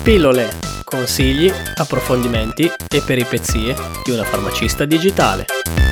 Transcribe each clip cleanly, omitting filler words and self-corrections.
Pillole, consigli, approfondimenti e peripezie di una farmacista digitale.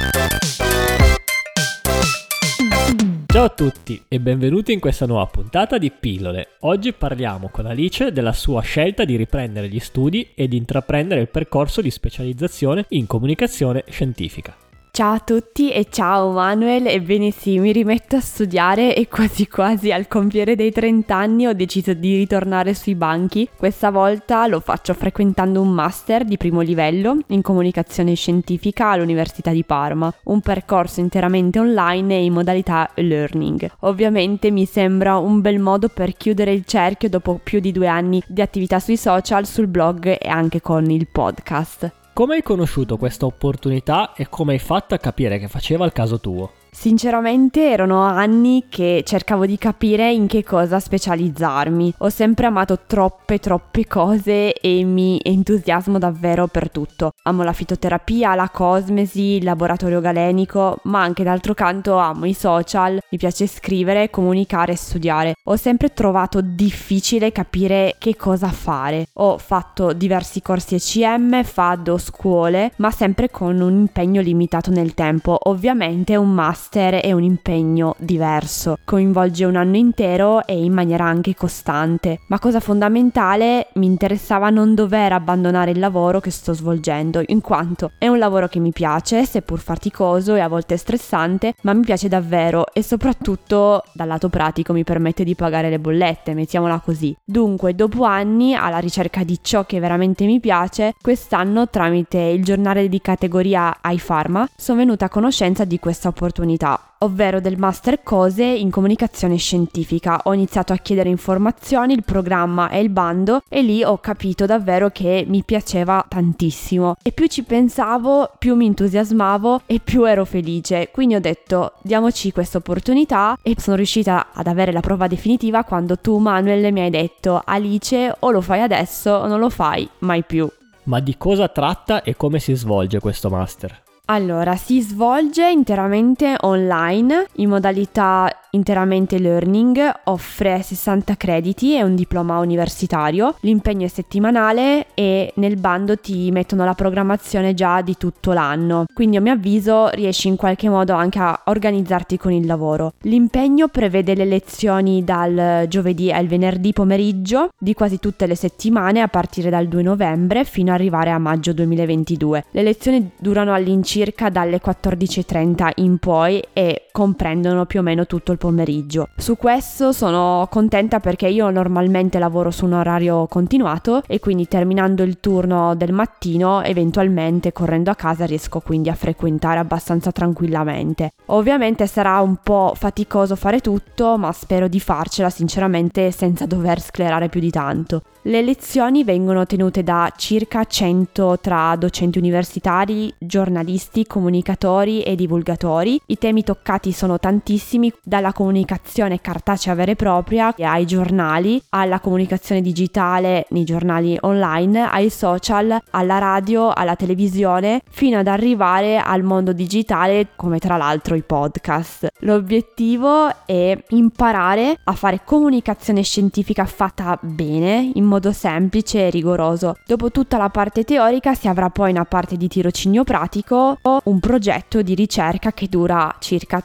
Ciao a tutti e benvenuti in questa nuova puntata di Pillole. Oggi parliamo con Alice della sua scelta di riprendere gli studi e di intraprendere il percorso di specializzazione in comunicazione scientifica. Ciao a tutti e ciao Manuel, ebbene sì, mi rimetto a studiare e quasi quasi al compiere dei 30 anni ho deciso di ritornare sui banchi. Questa volta lo faccio frequentando un master di primo livello in comunicazione scientifica all'Università di Parma, un percorso interamente online e in modalità e-learning. Ovviamente mi sembra un bel modo per chiudere il cerchio dopo più di 2 anni di attività sui social, sul blog e anche con il podcast. Come hai conosciuto questa opportunità e come hai fatto a capire che faceva il caso tuo? Sinceramente erano anni che cercavo di capire in che cosa specializzarmi. Ho sempre amato troppe cose e mi entusiasmo davvero per tutto. Amo la fitoterapia, la cosmesi, il laboratorio galenico, ma anche d'altro canto amo i social, mi piace scrivere, comunicare e studiare. Ho sempre trovato difficile capire che cosa fare. Ho fatto diversi corsi ECM, FAD, scuole, ma sempre con un impegno limitato nel tempo. Ovviamente un master è un impegno diverso, coinvolge un anno intero e in maniera anche costante, ma cosa fondamentale, mi interessava non dover abbandonare il lavoro che sto svolgendo, in quanto è un lavoro che mi piace, seppur faticoso e a volte stressante, ma mi piace davvero e soprattutto dal lato pratico mi permette di pagare le bollette, mettiamola così. Dunque, dopo anni alla ricerca di ciò che veramente mi piace, quest'anno tramite il giornale di categoria iPharma sono venuta a conoscenza di questa opportunità, ovvero del Master Cose in comunicazione scientifica. Ho iniziato a chiedere informazioni, il programma e il bando e lì ho capito davvero che mi piaceva tantissimo e più ci pensavo, più mi entusiasmavo e più ero felice. Quindi ho detto diamoci questa opportunità e sono riuscita ad avere la prova definitiva quando tu, Manuel, mi hai detto: Alice, o lo fai adesso o non lo fai mai più. Ma di cosa tratta e come si svolge questo master? Allora, si svolge interamente online, in modalità interamente learning, offre 60 crediti e un diploma universitario, l'impegno è settimanale e nel bando ti mettono la programmazione già di tutto l'anno, quindi a mio avviso riesci in qualche modo anche a organizzarti con il lavoro. L'impegno prevede le lezioni dal giovedì al venerdì pomeriggio di quasi tutte le settimane a partire dal 2 novembre fino ad arrivare a maggio 2022. Le lezioni durano all'incirca dalle 14:30 in poi e comprendono più o meno tutto il pomeriggio. Su questo sono contenta perché io normalmente lavoro su un orario continuato e quindi terminando il turno del mattino, eventualmente correndo a casa, riesco quindi a frequentare abbastanza tranquillamente. Ovviamente sarà un po' faticoso fare tutto, ma spero di farcela sinceramente senza dover sclerare più di tanto. Le lezioni vengono tenute da circa 100 tra docenti universitari, giornalisti, comunicatori e divulgatori. I temi toccati sono tantissimi, dalla comunicazione cartacea vera e propria ai giornali, alla comunicazione digitale nei giornali online, ai social, alla radio, alla televisione, fino ad arrivare al mondo digitale come tra l'altro i podcast. L'obiettivo è imparare a fare comunicazione scientifica fatta bene, in modo semplice e rigoroso. Dopo tutta la parte teorica si avrà poi una parte di tirocinio pratico o un progetto di ricerca che dura circa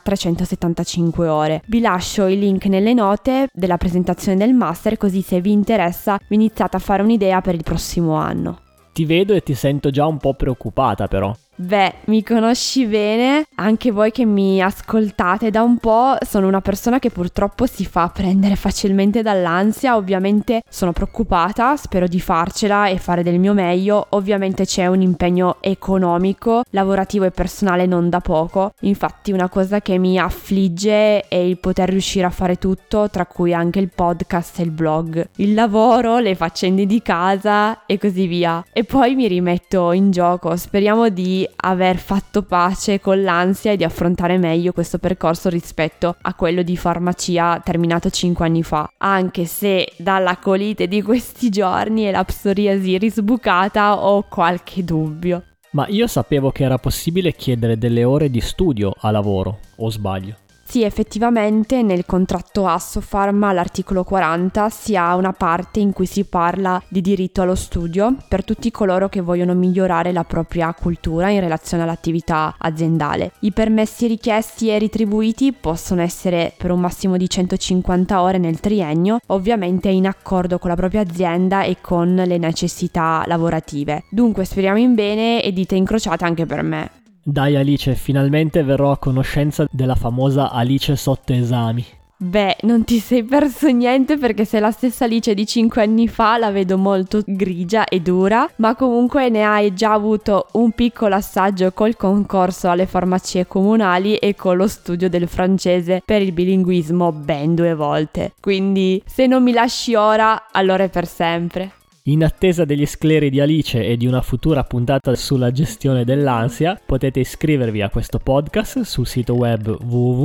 375 ore. Vi lascio il link nelle note della presentazione del master, così se vi interessa vi iniziate a fare un'idea per il prossimo anno. Ti vedo e ti sento già un po' preoccupata però. Beh, mi conosci bene, anche voi che mi ascoltate da un po', sono una persona che purtroppo si fa prendere facilmente dall'ansia, ovviamente sono preoccupata, spero di farcela e fare del mio meglio, ovviamente c'è un impegno economico, lavorativo e personale non da poco, infatti una cosa che mi affligge è il poter riuscire a fare tutto, tra cui anche il podcast e il blog, il lavoro, le faccende di casa e così via. E poi mi rimetto in gioco, speriamo di aver fatto pace con l'ansia e di affrontare meglio questo percorso rispetto a quello di farmacia terminato 5 anni fa, anche se dalla colite di questi giorni e la psoriasi risbucata ho qualche dubbio. Ma io sapevo che era possibile chiedere delle ore di studio a lavoro, o sbaglio? Sì, effettivamente nel contratto Assofarm all'articolo 40 si ha una parte in cui si parla di diritto allo studio per tutti coloro che vogliono migliorare la propria cultura in relazione all'attività aziendale. I permessi richiesti e ritribuiti possono essere per un massimo di 150 ore nel triennio, ovviamente in accordo con la propria azienda e con le necessità lavorative. Dunque speriamo in bene e dita incrociate anche per me. Dai Alice, finalmente verrò a conoscenza della famosa Alice sotto esami. Beh, non ti sei perso niente perché sei la stessa Alice di 5 anni fa, la vedo molto grigia e dura, ma comunque ne hai già avuto un piccolo assaggio col concorso alle farmacie comunali e con lo studio del francese per il bilinguismo ben 2 volte. Quindi se non mi lasci ora, allora è per sempre. In attesa degli scleri di Alice e di una futura puntata sulla gestione dell'ansia, potete iscrivervi a questo podcast sul sito web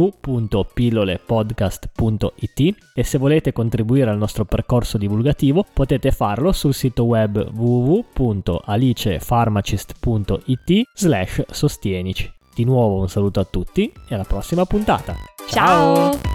www.pillolepodcast.it e se volete contribuire al nostro percorso divulgativo potete farlo sul sito web www.alicefarmacist.it/sostienici. Di nuovo un saluto a tutti e alla prossima puntata. Ciao!